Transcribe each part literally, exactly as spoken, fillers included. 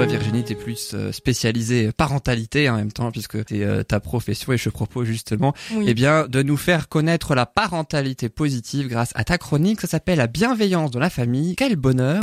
toi, Virginie, t'es plus euh, spécialisée parentalité en même temps, puisque c'est euh, ta profession, et je te propose justement, Oui. eh bien, de nous faire connaître la parentalité positive grâce à ta chronique. Ça s'appelle La bienveillance dans la famille. Quel bonheur!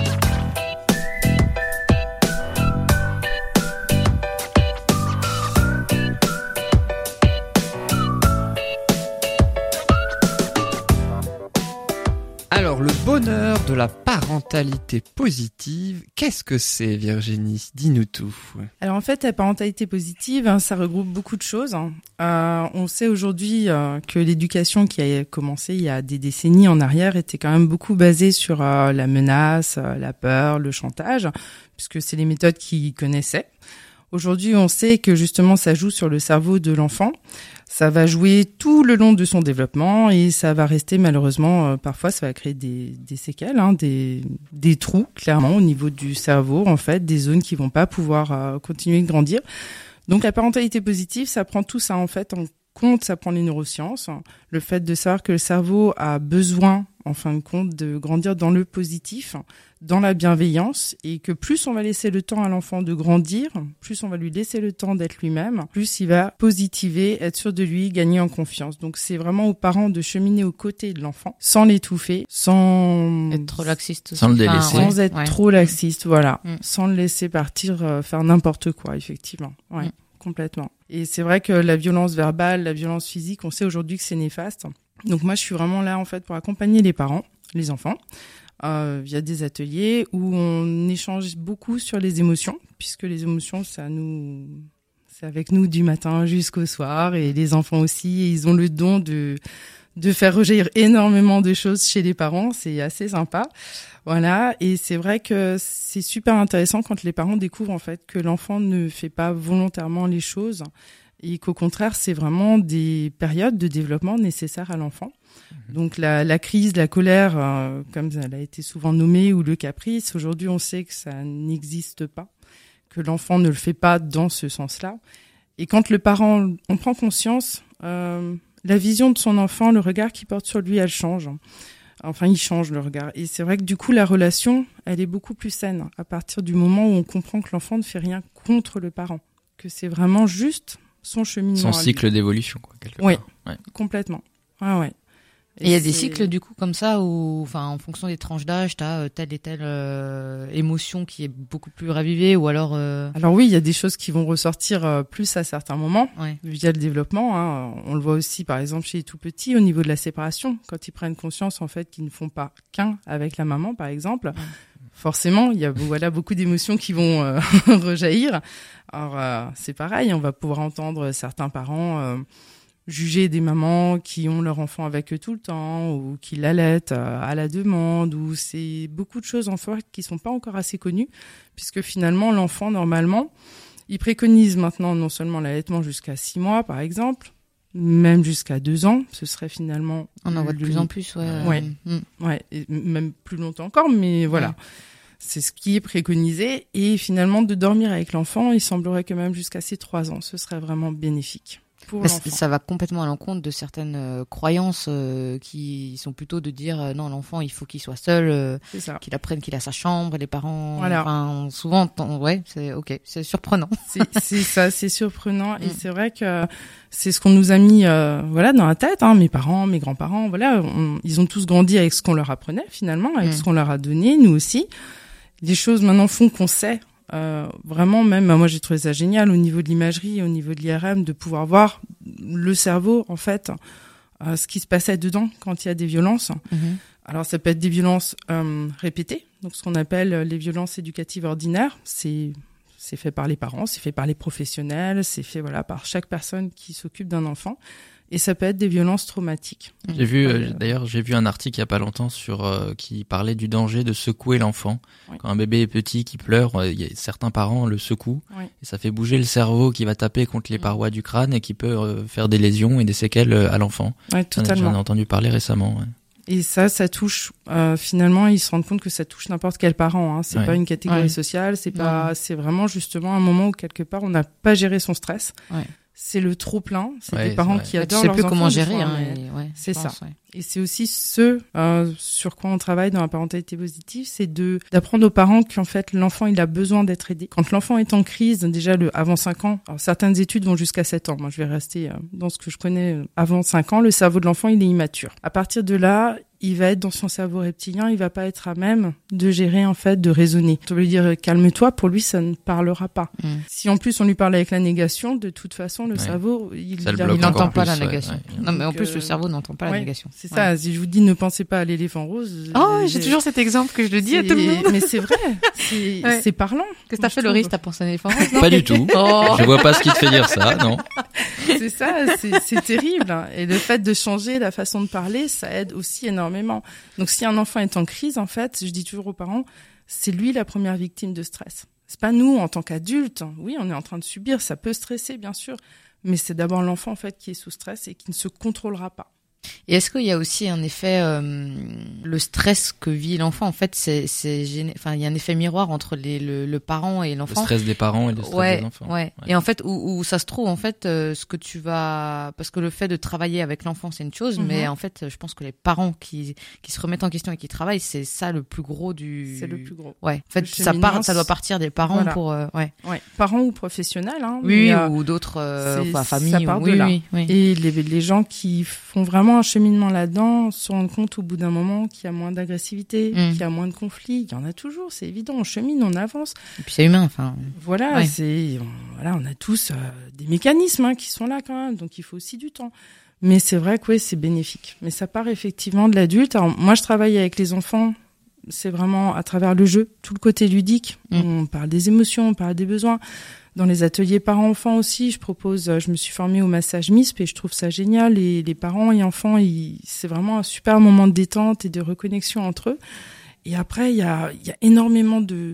Alors, le bonheur de la parentalité positive, qu'est-ce que c'est, Virginie? Dis-nous tout. Alors en fait, la parentalité positive, hein, ça regroupe beaucoup de choses. Euh, on sait aujourd'hui euh, que l'éducation qui a commencé il y a des décennies en arrière était quand même beaucoup basée sur euh, la menace, euh, la peur, le chantage, puisque c'est les méthodes qu'ils connaissaient. Aujourd'hui, on sait que justement, ça joue sur le cerveau de l'enfant. Ça va jouer tout le long de son développement et ça va rester malheureusement, euh, parfois, ça va créer des, des séquelles, hein, des, des trous, clairement, au niveau du cerveau, en fait, des zones qui vont pas pouvoir euh, continuer de grandir. Donc, la parentalité positive, ça prend tout ça, en fait, en compte, ça prend les neurosciences, le fait de savoir que le cerveau a besoin, en fin de compte, de grandir dans le positif, dans la bienveillance, et que plus on va laisser le temps à l'enfant de grandir, plus on va lui laisser le temps d'être lui-même, plus il va positiver, être sûr de lui, gagner en confiance. Donc c'est vraiment aux parents de cheminer aux côtés de l'enfant, sans l'étouffer, sans être trop laxiste, sans le délaisser, sans ouais. être ouais. trop laxiste, voilà, mm. sans le laisser partir euh, faire n'importe quoi, effectivement, ouais, mm. complètement. Et c'est vrai que la violence verbale, la violence physique, on sait aujourd'hui que c'est néfaste. Donc moi, je suis vraiment là en fait pour accompagner les parents, les enfants. Euh, via des ateliers où on échange beaucoup sur les émotions, puisque les émotions, ça nous, c'est avec nous du matin jusqu'au soir, et les enfants aussi, et ils ont le don de de faire rejaillir énormément de choses chez les parents. C'est assez sympa, voilà. Et c'est vrai que c'est super intéressant quand les parents découvrent en fait que l'enfant ne fait pas volontairement les choses, et qu'au contraire, c'est vraiment des périodes de développement nécessaires à l'enfant. Donc la, la crise, la colère, euh, comme elle a été souvent nommée, ou le caprice, aujourd'hui on sait que ça n'existe pas, que l'enfant ne le fait pas dans ce sens-là. Et quand le parent on prend conscience, euh, la vision de son enfant, le regard qu'il porte sur lui, elle change. Enfin, il change le regard. Et c'est vrai que du coup, la relation, elle est beaucoup plus saine à partir du moment où on comprend que l'enfant ne fait rien contre le parent, que c'est vraiment juste son cheminement. Son cycle d'évolution, quoi, quelque oui, part. Oui, complètement. Ah ouais. Et il y a des cycles du coup comme ça où, enfin, en fonction des tranches d'âge, t'as euh, telle et telle euh, émotion qui est beaucoup plus ravivée, ou alors. Euh... Alors oui, il y a des choses qui vont ressortir euh, plus à certains moments ouais. via le développement. Hein. On le voit aussi, par exemple, chez les tout petits, au niveau de la séparation, quand ils prennent conscience en fait qu'ils ne font pas qu'un avec la maman, par exemple. Ouais. Forcément, il y a voilà beaucoup d'émotions qui vont euh, rejaillir. Alors euh, c'est pareil, on va pouvoir entendre certains parents. Euh, juger des mamans qui ont leur enfant avec eux tout le temps, ou qui l'allaitent à la demande, ou c'est beaucoup de choses en fait qui sont pas encore assez connues, puisque finalement l'enfant normalement, il préconise maintenant non seulement l'allaitement jusqu'à six mois par exemple, même jusqu'à deux ans, ce serait finalement on en voit de plus en plus, ouais, ouais, mmh. ouais, et même plus longtemps encore, mais voilà. Ouais. C'est ce qui est préconisé, et finalement de dormir avec l'enfant, il semblerait que même jusqu'à ses trois ans, ce serait vraiment bénéfique. Bah, ça va complètement à l'encontre de certaines euh, croyances euh, qui sont plutôt de dire euh, non, l'enfant il faut qu'il soit seul, euh, qu'il apprenne qu'il a sa chambre, et les parents voilà. enfin, souvent ouais c'est ok c'est surprenant c'est, c'est ça c'est surprenant mm. Et c'est vrai que c'est ce qu'on nous a mis euh, voilà dans la tête, hein, mes parents, mes grands-parents, voilà on, ils ont tous grandi avec ce qu'on leur apprenait finalement, avec mm. ce qu'on leur a donné, nous aussi. Les choses maintenant font qu'on sait. Euh, vraiment même, moi j'ai trouvé ça génial au niveau de l'imagerie, au niveau de l'I R M, de pouvoir voir le cerveau en fait, euh, ce qui se passait dedans quand il y a des violences. Mm-hmm. Alors ça peut être des violences euh, répétées, donc ce qu'on appelle les violences éducatives ordinaires. C'est c'est fait par les parents, c'est fait par les professionnels, c'est fait voilà par chaque personne qui s'occupe d'un enfant. Et ça peut être des violences traumatiques. J'ai vu, euh, d'ailleurs, j'ai vu un article il y a pas longtemps sur euh, qui parlait du danger de secouer l'enfant. Oui. Quand un bébé est petit qui pleure, euh, y a, certains parents le secouent oui. et ça fait bouger le cerveau qui va taper contre les oui. parois du crâne et qui peut euh, faire des lésions et des séquelles euh, à l'enfant. Oui, totalement. J'en ai entendu parler récemment. Ouais. Et ça, ça touche. Euh, finalement, ils se rendent compte que ça touche n'importe quel parent. Hein. C'est ouais. pas une catégorie ouais. sociale. C'est pas. Ouais. C'est vraiment justement un moment où quelque part on n'a pas géré son stress. Ouais. C'est le trop plein. C'est ouais, des parents qui adorent leurs enfants. Je sais plus comment gérer. Hein, ouais, c'est ça. Pense, ouais. Et c'est aussi ce euh, sur quoi on travaille dans la parentalité positive, c'est de d'apprendre aux parents qu'en fait l'enfant il a besoin d'être aidé. Quand l'enfant est en crise, déjà le avant cinq ans, alors certaines études vont jusqu'à sept ans. Moi je vais rester euh, dans ce que je connais euh, avant cinq ans, le cerveau de l'enfant il est immature. À partir de là, il va être dans son cerveau reptilien, il va pas être à même de gérer en fait, de raisonner. On veut lui dire calme-toi, pour lui ça ne parlera pas. Mmh. Si en plus on lui parle avec la négation, de toute façon le ouais. cerveau il il n'entend pas plus, la négation. Ouais, ouais. Non mais en plus euh... le cerveau n'entend pas la ouais, négation. C'est ça. Ouais. Si je vous dis ne pensez pas à l'éléphant rose. Oh, j'ai toujours cet exemple que je le dis à tout le monde. Mais c'est vrai, c'est, ouais. c'est parlant. Qu'est-ce que t'as fait, Loris? T'as pensé à l'éléphant rose? Non pas du tout. Oh. Je vois pas ce qui te fait dire ça, non. C'est ça, c'est, c'est terrible. Et le fait de changer la façon de parler, ça aide aussi énormément. Donc si un enfant est en crise, en fait, je dis toujours aux parents, c'est lui la première victime de stress. C'est pas nous en tant qu'adultes. Oui, on est en train de subir, ça peut stresser bien sûr, mais c'est d'abord l'enfant en fait qui est sous stress et qui ne se contrôlera pas. Et est-ce qu'il y a aussi un effet, euh, le stress que vit l'enfant, en fait, c'est, c'est gêné... enfin, il y a un effet miroir entre les, le, le parent et l'enfant. Le stress des parents et le stress ouais, des enfants. Ouais. ouais. Et en fait, où, où ça se trouve, en fait, euh, ce que tu vas, parce que le fait de travailler avec l'enfant, c'est une chose, mm-hmm. mais en fait, je pense que les parents qui, qui se remettent en question et qui travaillent, c'est ça le plus gros du. C'est le plus gros. Ouais. En fait, ça part, ça doit partir des parents voilà. pour, euh, ouais. Ouais. Parents ou professionnels, hein. Oui, mais, euh, ou d'autres, euh, enfin, familles. Ça part ou... de oui, là. Oui, oui. Et les, les gens qui font vraiment un cheminement là on se rend compte au bout d'un moment qu'il y a moins d'agressivité, mmh. qu'il y a moins de conflits. Il y en a toujours, c'est évident. On chemine, on avance. Et puis c'est humain, enfin. Voilà, ouais. c'est, on, voilà, on a tous euh, des mécanismes hein, qui sont là quand même, donc il faut aussi du temps. Mais c'est vrai que oui, c'est bénéfique. Mais ça part effectivement de l'adulte. Alors moi, je travaille avec les enfants. C'est vraiment à travers le jeu, tout le côté ludique. Mmh. On parle des émotions, on parle des besoins. Dans les ateliers parents-enfants aussi, je propose, je me suis formée au massage M I S P et je trouve ça génial. Et les parents et enfants, ils, c'est vraiment un super moment de détente et de reconnexion entre eux. Et après, il y a, il y a énormément de,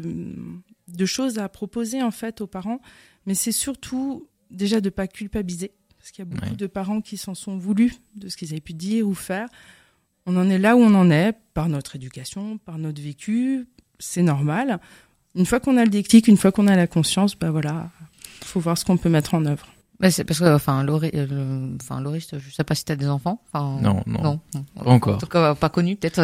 de choses à proposer en fait aux parents. Mais c'est surtout déjà de pas culpabiliser. Parce qu'il y a beaucoup ouais. de parents qui s'en sont voulus de ce qu'ils avaient pu dire ou faire. On en est là où on en est, par notre éducation, par notre vécu. C'est normal. Une fois qu'on a le déclic, une fois qu'on a la conscience, bah voilà, faut voir ce qu'on peut mettre en œuvre. Bah c'est parce que, enfin, Laurie, euh, enfin, Laurie, je sais pas si t'as des enfants. Enfin, non, non, non, pas encore. En tout cas, pas connus, peut-être.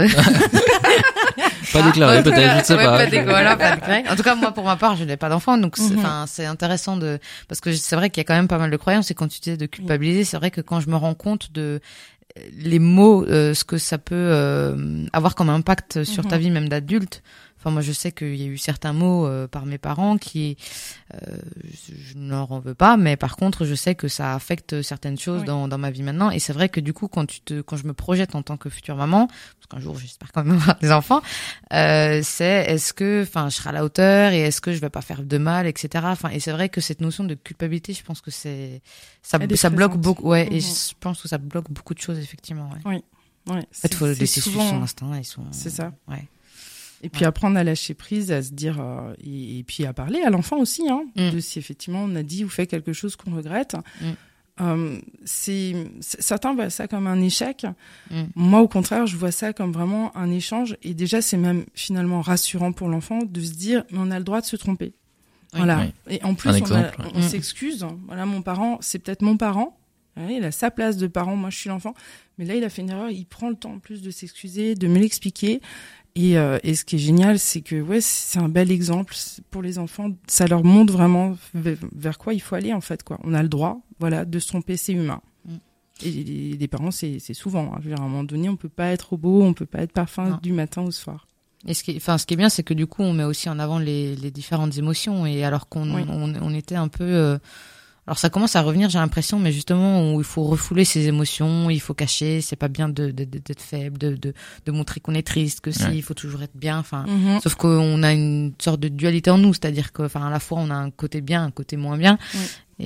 Pas déclaré, ah, peut-être, je ne sais ouais, pas. pas déclaré, voilà, pas déclaré. En tout cas, moi, pour ma part, je n'ai pas d'enfant, donc c'est, enfin, mm-hmm. c'est intéressant de, parce que c'est vrai qu'il y a quand même pas mal de croyances. Et quand tu disais de culpabiliser, c'est vrai que quand je me rends compte de les mots, euh, ce que ça peut euh, avoir comme impact sur mm-hmm. ta vie, même d'adulte. Enfin, moi, je sais qu'il y a eu certains mots euh, par mes parents qui, euh, je, je ne leur en veux pas, mais par contre, je sais que ça affecte certaines choses oui. dans, dans ma vie maintenant. Et c'est vrai que du coup, quand tu te, quand je me projette en tant que future maman, parce qu'un jour, j'espère quand même avoir des enfants, euh, c'est est-ce que, enfin, je serai à la hauteur et est-ce que je vais pas faire de mal, et cetera. Enfin, et c'est vrai que cette notion de culpabilité, je pense que c'est, ça, ça bloque beaucoup, ouais, mmh. et je pense que ça bloque beaucoup de choses, effectivement, ouais. Oui, ouais. En fait, faut laisser suivre son instinct, ils sont. C'est ça. Ouais. Et puis ouais. apprendre à lâcher prise, à se dire, euh, et, et puis à parler à l'enfant aussi, hein, mm. de si effectivement on a dit ou fait quelque chose qu'on regrette. Mm. Euh, c'est, c'est, certains voient ça comme un échec. Mm. Moi, au contraire, je vois ça comme vraiment un échange. Et déjà, c'est même finalement rassurant pour l'enfant de se dire, mais on a le droit de se tromper. Oui. Voilà. Oui. Et en plus, on, exemple, a, on mm. s'excuse. Voilà, mon parent, c'est peut-être mon parent. Il a sa place de parent. Moi, je suis l'enfant. Mais là, il a fait une erreur. Il prend le temps en plus de s'excuser, de me l'expliquer. Et, euh, et ce qui est génial, c'est que ouais, c'est un bel exemple pour les enfants. Ça leur montre vraiment vers, vers quoi il faut aller en fait. Quoi. On a le droit, voilà, de se tromper, c'est humain. Mm. Et les, les parents, c'est, c'est souvent. Hein. Je veux dire, à un moment donné, on peut pas être robot, on peut pas être parfait non. du matin au soir. Et ce qui, enfin, ce qui est bien, c'est que du coup, on met aussi en avant les, les différentes émotions. Et alors qu'on, oui. on, on était un peu. Euh, Alors ça commence à revenir, j'ai l'impression, mais justement où il faut refouler ses émotions, il faut cacher, c'est pas bien de, de, de d'être faible, de, de, de montrer qu'on est triste, que si, ouais. il faut toujours être bien. Enfin, mm-hmm. sauf qu'on a une sorte de dualité en nous, c'est-à-dire que, enfin, à la fois on a un côté bien, un côté moins bien, ouais.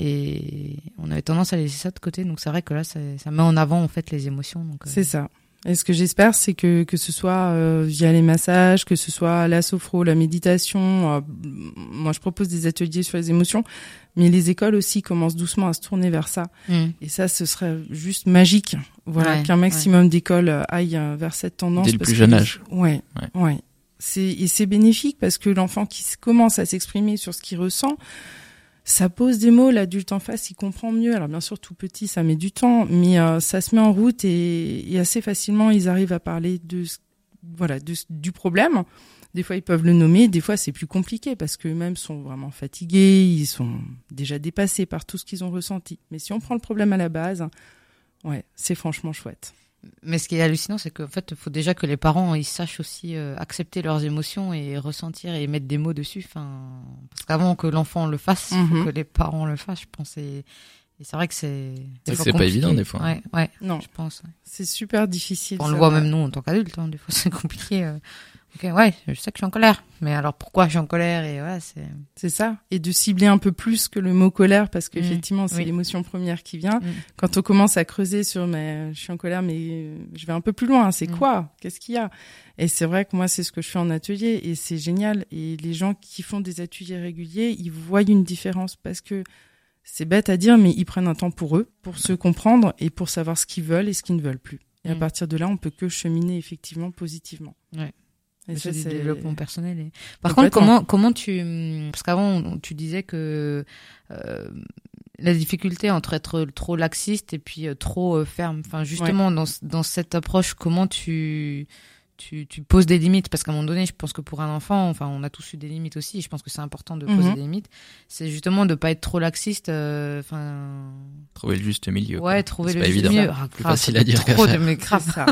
et on avait tendance à laisser ça de côté. Donc c'est vrai que là, ça, ça met en avant en fait les émotions. Donc, euh... c'est ça. Et ce que j'espère, c'est que que ce soit euh, via les massages, que ce soit la sophro, la méditation. Euh, moi, je propose des ateliers sur les émotions, mais les écoles aussi commencent doucement à se tourner vers ça. Mmh. Et ça, ce serait juste magique. Voilà, ouais, qu'un maximum ouais. d'écoles aillent vers cette tendance. Dès le plus jeune âge. Ouais, ouais, ouais. C'est et c'est bénéfique parce que l'enfant qui commence à s'exprimer sur ce qu'il ressent, ça pose des mots, l'adulte en face, il comprend mieux. Alors bien sûr, tout petit, ça met du temps, mais euh, ça se met en route et, et assez facilement, ils arrivent à parler de, voilà, de, du problème. Des fois, ils peuvent le nommer. Des fois, c'est plus compliqué parce qu'eux-mêmes sont vraiment fatigués, ils sont déjà dépassés par tout ce qu'ils ont ressenti. Mais si on prend le problème à la base, ouais, c'est franchement chouette. Mais ce qui est hallucinant, c'est qu'en fait, il faut déjà que les parents ils sachent aussi euh, accepter leurs émotions et ressentir et mettre des mots dessus. Enfin, parce qu'avant que l'enfant le fasse, il faut Mhm. que les parents le fassent. Je pense. Et, et c'est vrai que c'est. C'est fois pas compliqué. évident, des fois. Ouais, ouais. Non, Je pense. Ouais. c'est super difficile. On ça, le voit ouais. même nous en tant qu'adultes. Hein, des fois, c'est compliqué. Euh... Ok, ouais, je sais que je suis en colère. Mais alors, pourquoi je suis en colère et voilà, c'est. C'est ça. Et de cibler un peu plus que le mot colère, parce qu'effectivement, Mmh, c'est oui. l'émotion première qui vient. Mmh. Quand on commence à creuser sur, mais je suis en colère, mais je vais un peu plus loin. C'est Mmh. quoi? Qu'est-ce qu'il y a? Et c'est vrai que moi, c'est ce que je fais en atelier et c'est génial. Et les gens qui font des ateliers réguliers, ils voient une différence parce que c'est bête à dire, mais ils prennent un temps pour eux, pour se comprendre et pour savoir ce qu'ils veulent et ce qu'ils ne veulent plus. Et à Mmh. partir de là, on peut que cheminer effectivement positivement. Ouais. Et C'est ça, du c'est développement personnel. Et... Par contre, Complètement. comment comment tu parce qu'avant on- tu disais que euh, la difficulté entre être trop laxiste et puis euh, trop euh, ferme. Enfin, justement dans dans cette approche, comment tu tu tu poses des limites parce qu'à un moment donné, je pense que pour un enfant, enfin, on a tous eu des limites aussi. Et je pense que c'est important de poser Mhm. des limites. C'est justement de pas être trop laxiste. euh, Enfin, Trouver le juste milieu. ouais, quoi. trouver C'est le pas juste évident. milieu. Ah, Plus grave, facile à dire qu'à trop de faire. mais C'est grave. ça.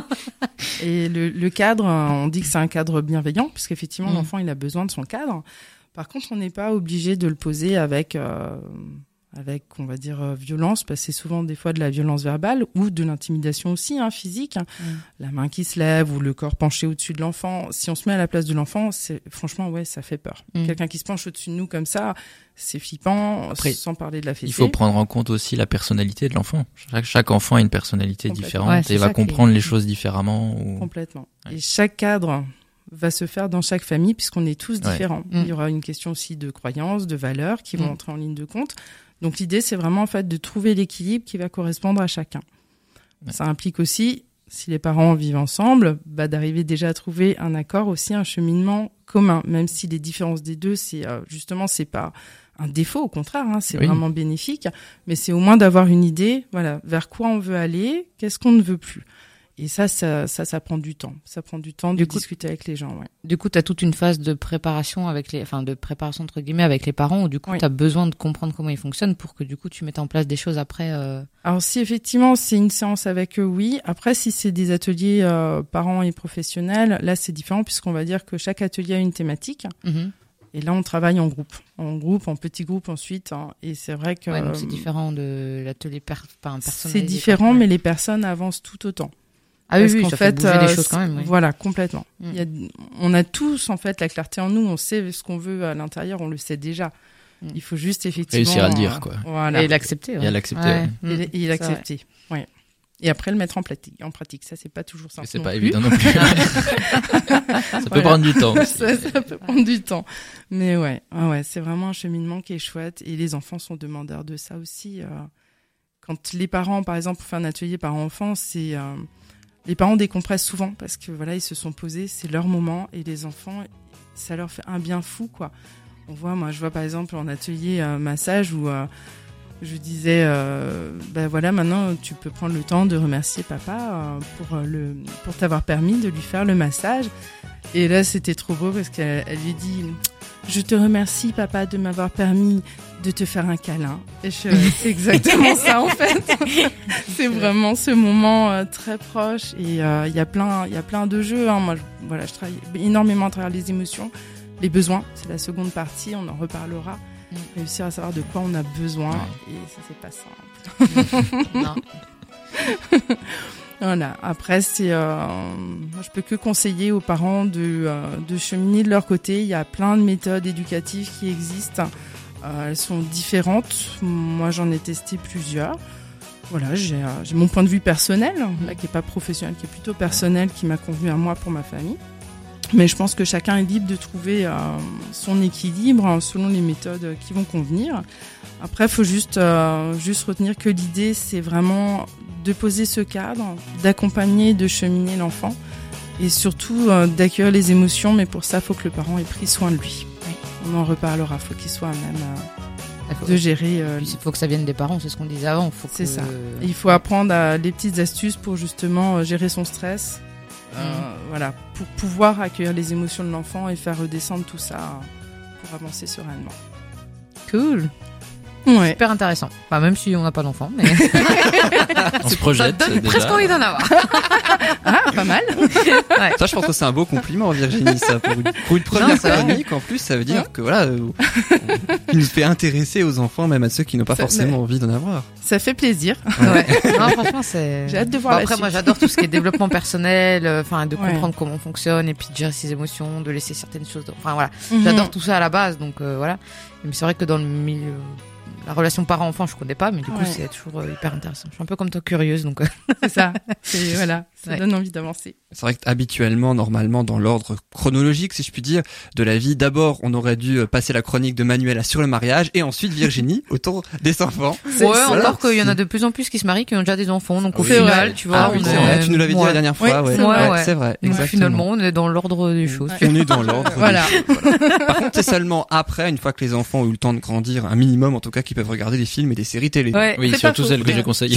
Et le, le cadre, on dit que c'est un cadre bienveillant, parce qu'effectivement, Mm. l'enfant, il a besoin de son cadre. Par contre, on n'est pas obligé de le poser avec, euh, avec, on va dire, euh, violence, parce que c'est souvent des fois de la violence verbale ou de l'intimidation aussi, hein, physique. Mm. La main qui se lève ou le corps penché au-dessus de l'enfant. Si on se met à la place de l'enfant, c'est franchement, ouais, ça fait peur. Mm. Quelqu'un qui se penche au-dessus de nous comme ça, c'est flippant, Après, sans parler de la fessée. Il faut prendre en compte aussi la personnalité de l'enfant. Chaque, chaque enfant a une personnalité Complètement. différente Ouais, et c'est va ça qui est- comprendre les choses différemment. Ou... Complètement. Ouais. Et chaque cadre va se faire dans chaque famille puisqu'on est tous Ouais. différents. Mm. Il y aura une question aussi de croyances, de valeurs qui vont Mm. entrer en ligne de compte. Donc l'idée, c'est vraiment en fait de trouver l'équilibre qui va correspondre à chacun. Ouais. Ça implique aussi, si les parents vivent ensemble, bah, d'arriver déjà à trouver un accord, aussi un cheminement commun, même si les différences des deux, c'est euh, justement, c'est pas un défaut, au contraire, hein, c'est Oui. vraiment bénéfique, mais c'est au moins d'avoir une idée, voilà, vers quoi on veut aller, qu'est-ce qu'on ne veut plus. Et ça, ça, ça, ça prend du temps. Ça prend du temps de Du coup- discuter avec les gens, ouais. Du coup, tu as toute une phase de préparation avec les, enfin, de préparation entre guillemets avec les parents où du coup, Oui. tu as besoin de comprendre comment ils fonctionnent pour que du coup, tu mettes en place des choses après. Euh... Alors si effectivement c'est une séance avec eux, oui. Après si c'est des ateliers euh, parents et professionnels, là c'est différent puisqu'on va dire que chaque atelier a une thématique. Mhm. Et là on travaille en groupe, en groupe, en petits groupes ensuite. Hein. Et c'est vrai que Ouais, donc c'est euh, différent de l'atelier per... enfin, c'est personnalisé, différent, quoi. mais les personnes avancent tout autant. Ah oui, Parce oui, qu'en ça fait, fait bouger euh, les choses quand même. Oui. Voilà, complètement. Mm. Il y a, on a tous en fait la clarté en nous, on sait ce qu'on veut à l'intérieur, on le sait déjà. Mm. Il faut juste effectivement Réussir à le dire, euh, quoi. Voilà. Et l'accepter. Et à l'accepter, ouais. Mm. Et, et C'est l'accepter. Ouais. Et après le mettre en pratique. En pratique, ça c'est pas toujours simple. Et c'est non pas plus. évident non plus. ça peut Voilà. prendre du temps. aussi. ça, ça peut prendre du temps. Mais ouais, ouais, ouais, c'est vraiment un cheminement qui est chouette. Et les enfants sont demandeurs de ça aussi. euh. Quand les parents, par exemple, font un atelier parents-enfants, c'est euh, les parents décompressent souvent parce que voilà, ils se sont posés, c'est leur moment, et les enfants, ça leur fait un bien fou, quoi. On voit, moi, je vois par exemple en atelier euh, massage où euh, je disais, euh, ben voilà, maintenant tu peux prendre le temps de remercier papa euh, pour euh, le, pour t'avoir permis de lui faire le massage. Et là, c'était trop beau parce qu'elle elle lui dit, je te remercie papa de m'avoir permis de te faire un câlin. Et je, c'est exactement ça en fait. C'est vraiment ce moment euh, très proche. Et euh, il y a plein, il y a plein de jeux. Hein. Moi, je, voilà, je travaille énormément à travers les émotions, les besoins. C'est la seconde partie. On en reparlera. Mm. Réussir à savoir de quoi on a besoin. Ouais. Et ça, c'est pas simple. Non. Voilà. Après, c'est, euh, moi, je peux que conseiller aux parents de, euh, de cheminer de leur côté. Il y a plein de méthodes éducatives qui existent. Euh, elles sont différentes. Moi, j'en ai testé plusieurs. Voilà, j'ai, euh, j'ai mon point de vue personnel, là, qui est pas professionnel, qui est plutôt personnel, qui m'a convenu à moi pour ma famille. Mais je pense que chacun est libre de trouver euh, son équilibre hein, selon les méthodes qui vont convenir. Après, il faut juste, euh, juste retenir que l'idée, c'est vraiment de poser ce cadre, d'accompagner, de cheminer l'enfant et surtout euh, d'accueillir les émotions. Mais pour ça, il faut que le parent ait pris soin de lui. Oui. On en reparlera, il faut qu'il soit même euh, faut... de gérer. Euh, il faut que ça vienne des parents, c'est ce qu'on disait avant. Faut c'est que... ça. Il faut apprendre à des petites astuces pour justement euh, gérer son stress. Euh, mmh. Voilà, pour pouvoir accueillir les émotions de l'enfant et faire redescendre tout ça euh, pour avancer sereinement. Cool. Ouais. Super intéressant. Enfin, même si on n'a pas d'enfant, mais on se projette. Ça donne déjà. presque envie d'en avoir. Ah, pas mal. Ouais. Ça, je pense que c'est un beau compliment, Virginie. Ça, pour une, pour une première chronique, en plus, ça veut dire ouais. que voilà, il nous fait intéresser aux enfants, même à ceux qui n'ont pas ça, forcément mais... envie d'en avoir. Ça fait plaisir. Ouais. Non, franchement, c'est. J'ai hâte de voir. Bon, après, suite. moi, j'adore tout ce qui est développement personnel, enfin, euh, de comprendre ouais. comment on fonctionne et puis de gérer ses émotions, de laisser certaines choses. Enfin, voilà. Mm-hmm. J'adore tout ça à la base, donc euh, voilà. Mais c'est vrai que dans le milieu. La relation parent-enfant, je connais pas, mais du coup, ouais. c'est toujours euh, hyper intéressant. Je suis un peu comme toi, curieuse, donc. C'est ça. C'est, voilà. Ça ouais. donne envie d'avancer. C'est vrai qu'habituellement, normalement, dans l'ordre chronologique, si je puis dire, de la vie, d'abord, on aurait dû passer la chronique de Manuela sur le mariage, et ensuite Virginie autour des enfants. C'est, ouais, c'est encore qu'il y en a de plus en plus qui se marient, qui ont déjà des enfants, donc au oui, final, vrai. tu vois. Ah, oui, on c'est est... vrai. Tu nous l'avais dit ouais. la dernière fois, oui, ouais. C'est vrai, ouais, ouais. c'est vrai. Donc exactement. finalement, on est dans l'ordre des choses. On est dans l'ordre. Voilà. Par contre, c'est seulement après, une fois que les enfants ont eu le temps de grandir, un minimum en tout cas, qu'ils peuvent regarder des films et des séries télé. Ouais, oui, surtout celles que j'ai conseillées.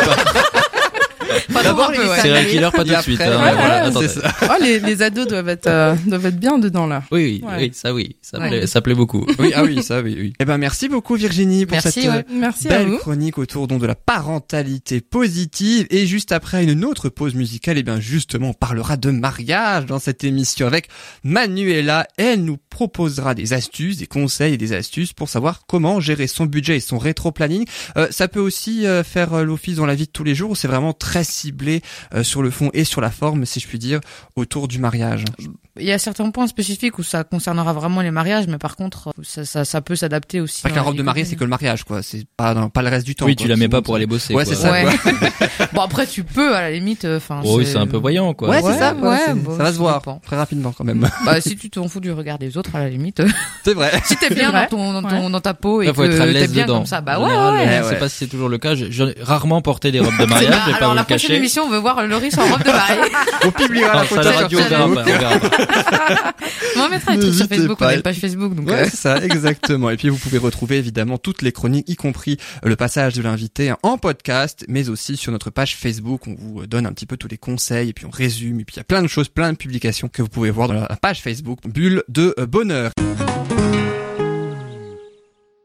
Enfin, d'abord, un peu, ouais. C'est un killer, pas tout de suite. Hein, ouais, voilà, ouais, c'est ça. Oh, les, les ados doivent être, euh, doivent être bien dedans, là. Oui, oui, ouais. oui, ça oui, ça, ouais. plaît, ça plaît beaucoup. Oui, ah oui, ça oui, oui. Eh ben, merci beaucoup Virginie pour merci, cette ouais. merci belle chronique autour donc de la parentalité positive. Et juste après une autre pause musicale, eh bien, justement, on parlera de mariage dans cette émission avec Manuela. Elle nous proposera des astuces, des conseils et des astuces pour savoir comment gérer son budget et son rétro-planning. Euh, ça peut aussi euh, faire l'office dans la vie de tous les jours. C'est vraiment très ciblé euh, sur le fond et sur la forme, si je puis dire, autour du mariage. Il y a certains points spécifiques où ça concernera vraiment les mariages, mais par contre, ça, ça, ça peut s'adapter aussi. Pas que la robe de mariée, c'est que le mariage, quoi. C'est pas, non, pas le reste du temps. Oui, quoi. tu la mets Sinon, pas pour aller bosser. Ouais, quoi. c'est ça. Ouais. Quoi. Bon, après, tu peux, à la limite, enfin. Oh, oui, c'est un peu voyant, quoi. Ouais, c'est ouais, ça, quoi. Ouais, c'est, bon, ça va se voir dépend. très rapidement, quand même. Bah, si tu t'en fous du regard des autres, à la limite. C'est vrai. Si t'es bien dans ton, dans ton, ouais. dans ta peau et Là, faut que être à l'aise t'es bien dedans. comme ça, bah en ouais, général, ouais. Je ouais, sais ouais. pas si c'est toujours le cas. J'ai, j'ai rarement porté des robes de mariage, bah, je vais pas alors, vous la le cacher. prochaine émission, on veut voir Loris en robe de mariée. On publiera la Alors, photo ça, la sur radio, on verra Facebook. pas, on verra pas. On va mettre un truc sur N'hésitez Facebook, pas. on a une page Facebook, donc. Ouais, euh... c'est ça, exactement. Et puis, vous pouvez retrouver évidemment toutes les chroniques, y compris le passage de l'invité en podcast, mais aussi sur notre page Facebook. On vous donne un petit peu tous les conseils et puis on résume. Et puis, il y a plein de choses, plein de publications que vous pouvez voir dans la page Facebook Bulle de Bonheur.